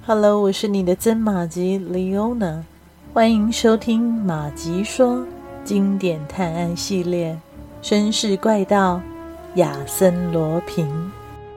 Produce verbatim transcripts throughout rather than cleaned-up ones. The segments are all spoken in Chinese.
Hello， 我是你的曾马吉 Leona， 欢迎收听马吉说经典探案系列，绅士怪盗亚森罗平。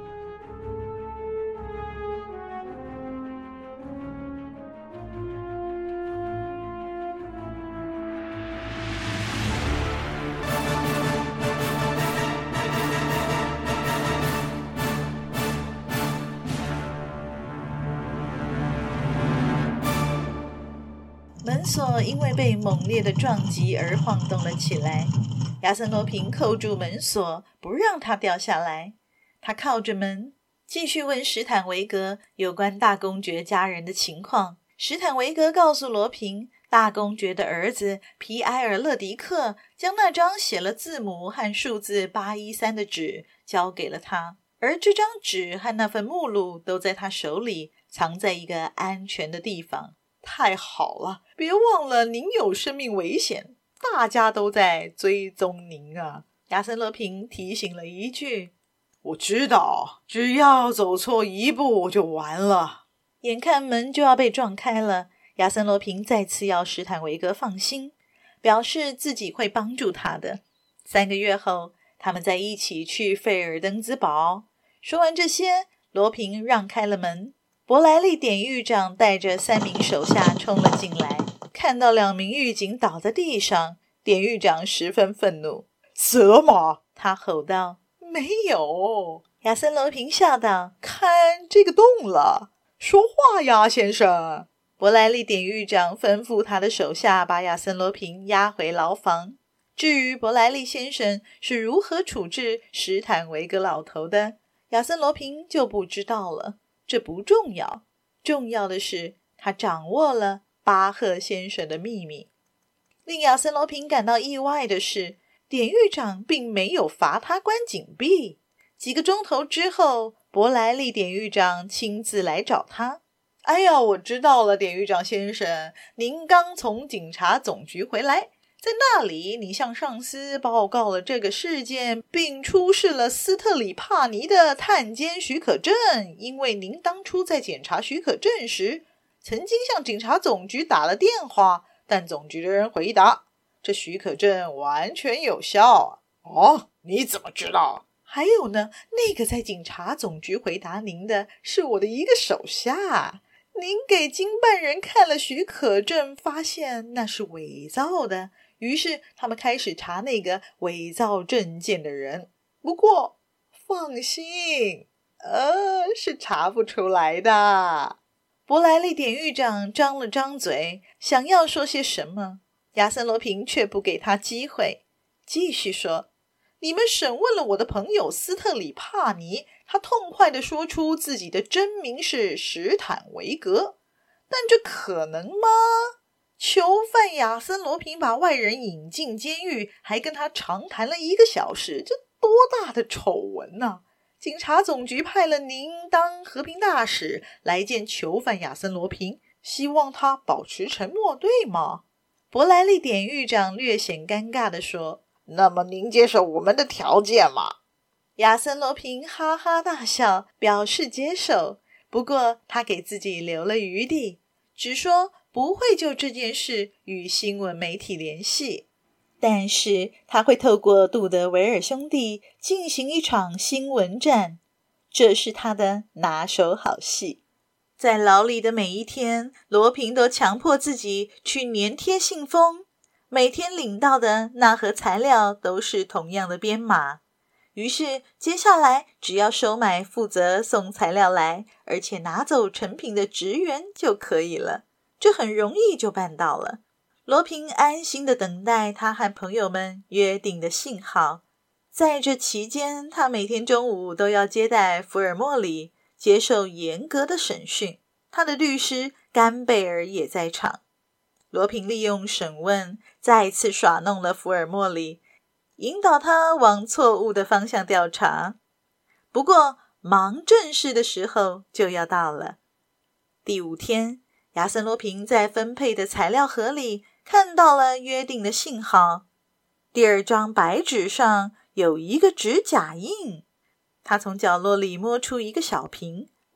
门锁因为被猛烈的撞击而晃动了起来，亚森罗平扣住门锁，不让它掉下来。他靠着门，继续问史坦维格有关大公爵家人的情况。史坦维格告诉罗平，大公爵的儿子皮埃尔勒迪克将那张写了字母和数字八一三的纸交给了他，而这张纸和那份目录都在他手里，藏在一个安全的地方。太好了，别忘了您有生命危险，大家都在追踪您啊。亚森罗平提醒了一句。我知道，只要走错一步就完了。眼看门就要被撞开了，亚森罗平再次要史坦维格放心，表示自己会帮助他的。三个月后，他们在一起去费尔登兹堡。说完这些，罗平让开了门。伯莱利典狱长带着三名手下冲了进来，看到两名狱警倒在地上，典狱长十分愤怒。死了吗？他吼道。没有，亚森罗平笑道。看这个动了，说话呀，先生。伯莱利典狱长吩咐他的手下把亚森罗平押回牢房。至于伯莱利先生是如何处置史坦维格老头的，亚森罗平就不知道了。这不重要，重要的是他掌握了巴赫先生的秘密。令亚森罗平感到意外的是，典狱长并没有罚他关紧闭。几个钟头之后，伯莱利典狱长亲自来找他。哎呀，我知道了，典狱长先生，您刚从警察总局回来，在那里你向上司报告了这个事件，并出示了斯特里帕尼的探监许可证，因为您当初在检查许可证时曾经向警察总局打了电话，但总局的人回答这许可证完全有效。哦，你怎么知道？还有呢，那个在警察总局回答您的是我的一个手下。您给经办人看了许可证，发现那是伪造的，于是他们开始查那个伪造证件的人。不过放心，呃，是查不出来的。伯莱利典狱长张了张嘴，想要说些什么，亚森罗平却不给他机会，继续说。你们审问了我的朋友斯特里帕尼，他痛快地说出自己的真名是史坦维格。但这可能吗？囚犯亚森罗平把外人引进监狱，还跟他长谈了一个小时，这多大的丑闻啊！警察总局派了您当和平大使来见囚犯亚森罗平，希望他保持沉默，对吗？伯莱利典狱长略显尴尬地说。那么您接受我们的条件吗？亚森罗平哈哈大笑，表示接受。不过他给自己留了余地，只说不会就这件事与新闻媒体联系，但是他会透过杜德维尔兄弟进行一场新闻战，这是他的拿手好戏。在牢里的每一天，罗平都强迫自己去粘贴信封，每天领到的那盒材料都是同样的编码，于是接下来只要收买负责送材料来而且拿走成品的职员就可以了，这很容易就办到了。罗平安心地等待他和朋友们约定的信号，在这期间他每天中午都要接待福尔莫里，接受严格的审讯，他的律师甘贝尔也在场。罗平利用审问再次耍弄了福尔莫里，引导他往错误的方向调查。不过忙正事的时候就要到了。第五天，亚森罗平在分配的材料盒里看到了约定的信号，第二张白纸上有一个指甲印。他从角落里摸出一个小瓶，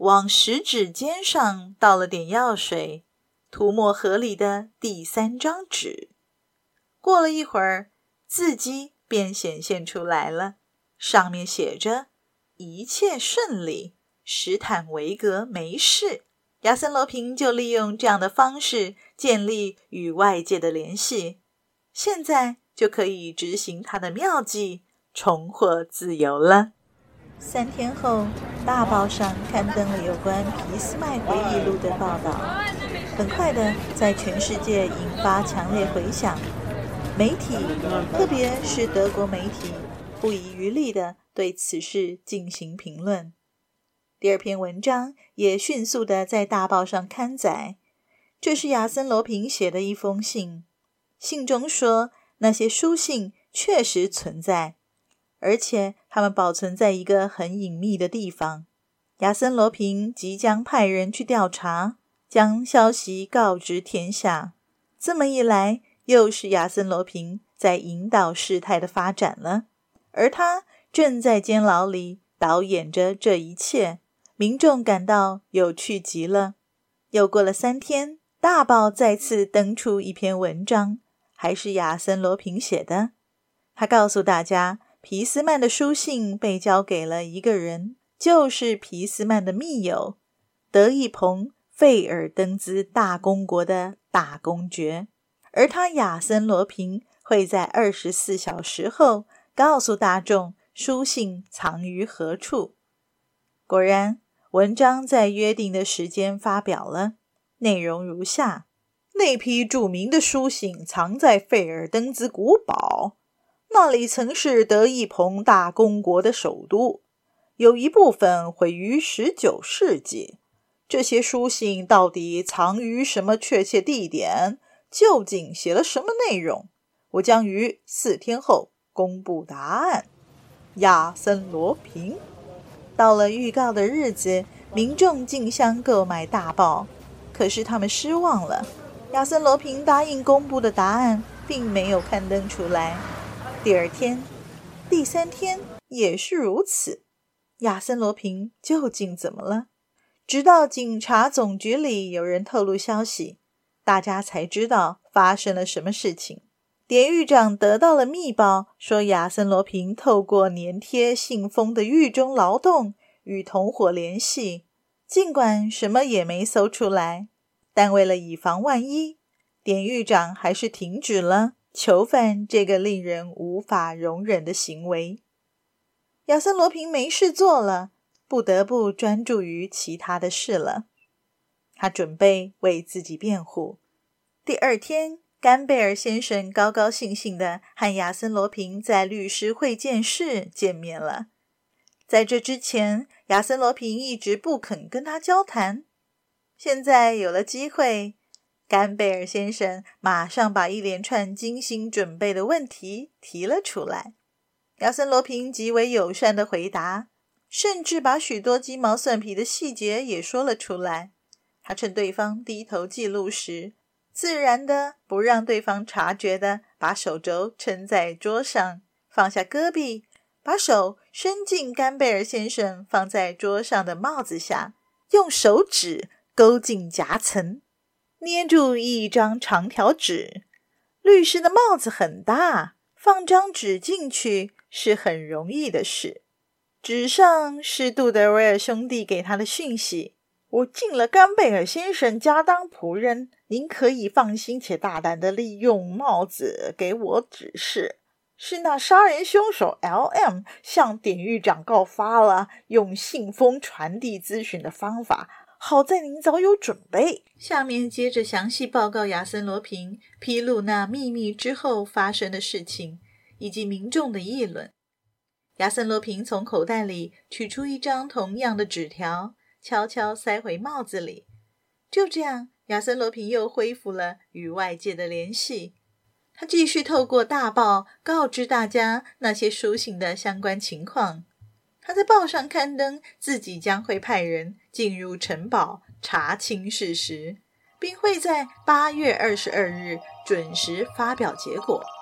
往食指尖上倒了点药水，涂抹盒里的第三张纸。过了一会儿，字迹便显现出来了，上面写着一切顺利，史坦维格没事。亚森罗平就利用这样的方式建立与外界的联系，现在就可以执行他的妙计，重获自由了。三天后，大报上刊登了有关俾斯麦回忆录的报道，很快的在全世界引发强烈回响。媒体，特别是德国媒体，不遗余力地对此事进行评论。第二篇文章也迅速地在大报上刊载，这是亚森罗平写的一封信。信中说，那些书信确实存在，而且他们保存在一个很隐秘的地方。亚森罗平即将派人去调查，将消息告知天下。这么一来，又是亚森罗平在引导事态的发展了，而他正在监牢里导演着这一切，民众感到有趣极了。又过了三天，大报再次登出一篇文章，还是亚森罗平写的。他告诉大家，俾斯麦的书信被交给了一个人，就是俾斯麦的密友德意朋费尔登兹大公国的大公爵，而他亚森罗平会在二十四小时后告诉大众书信藏于何处。果然，文章在约定的时间发表了，内容如下：那批著名的书信藏在费尔登兹古堡，那里曾是德意朋大公国的首都，有一部分毁于十九世纪。这些书信到底藏于什么确切地点？究竟写了什么内容？我将于四天后公布答案。亚森罗平。到了预告的日子，民众竞相购买大报，可是他们失望了。亚森罗平答应公布的答案并没有刊登出来。第二天、第三天也是如此。亚森罗平究竟怎么了？直到警察总局里有人透露消息，大家才知道发生了什么事情。典狱长得到了密报，说亚森罗平透过粘贴信封的狱中劳动与同伙联系，尽管什么也没搜出来，但为了以防万一，典狱长还是停止了囚犯这个令人无法容忍的行为。亚森罗平没事做了，不得不专注于其他的事了。他准备为自己辩护。第二天，甘贝尔先生高高兴兴地和亚森罗平在律师会见室见面了。在这之前，亚森罗平一直不肯跟他交谈。现在有了机会，甘贝尔先生马上把一连串精心准备的问题提了出来。亚森罗平极为友善地回答，甚至把许多鸡毛蒜皮的细节也说了出来。他趁对方低头记录时，自然的不让对方察觉的把手肘撑在桌上，放下胳臂，把手伸进甘贝尔先生放在桌上的帽子下，用手指勾进夹层，捏住一张长条纸。律师的帽子很大，放张纸进去是很容易的事。纸上是杜德维尔兄弟给他的讯息：我进了甘贝尔先生家当仆人，您可以放心且大胆地利用帽子给我指示。是那杀人凶手 L M 向典狱长告发了用信封传递资讯的方法，好在您早有准备。下面接着详细报告亚森罗平披露那秘密之后发生的事情，以及民众的议论。亚森罗平从口袋里取出一张同样的纸条，悄悄塞回帽子里。就这样，亚森罗平又恢复了与外界的联系。他继续透过大报告知大家那些书信的相关情况。他在报上刊登自己将会派人进入城堡查清事实，并会在八月二十二日准时发表结果。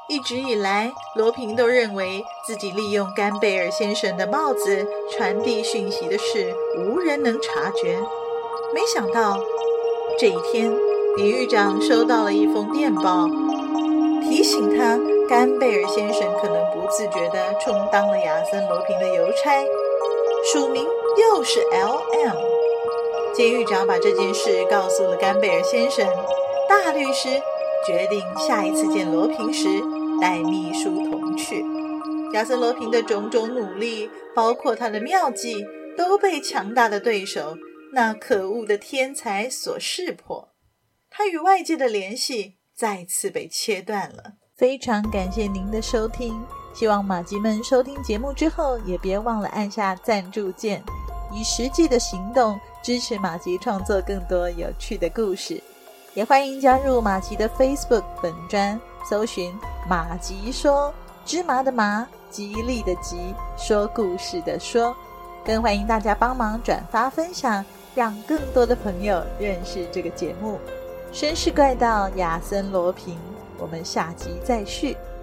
一直以来，罗平都认为自己利用甘贝尔先生的帽子传递讯息的事无人能察觉。没想到这一天，典狱长收到了一封电报，提醒他甘贝尔先生可能不自觉地充当了亚森罗平的邮差，署名又是 L M。 监狱长把这件事告诉了甘贝尔先生，大律师决定下一次见罗平时带秘书同去。亚森罗平的种种努力，包括他的妙计，都被强大的对手那可恶的天才所识破，他与外界的联系再次被切断了。非常感谢您的收听，希望马吉们收听节目之后也别忘了按下赞助键，以实际的行动支持马吉创作更多有趣的故事。也欢迎加入马吉的 Facebook 本专，搜寻马吉说，芝麻的麻，吉利的吉，说故事的说。更欢迎大家帮忙转发分享，让更多的朋友认识这个节目。绅士怪盗亚森罗平，我们下集再续。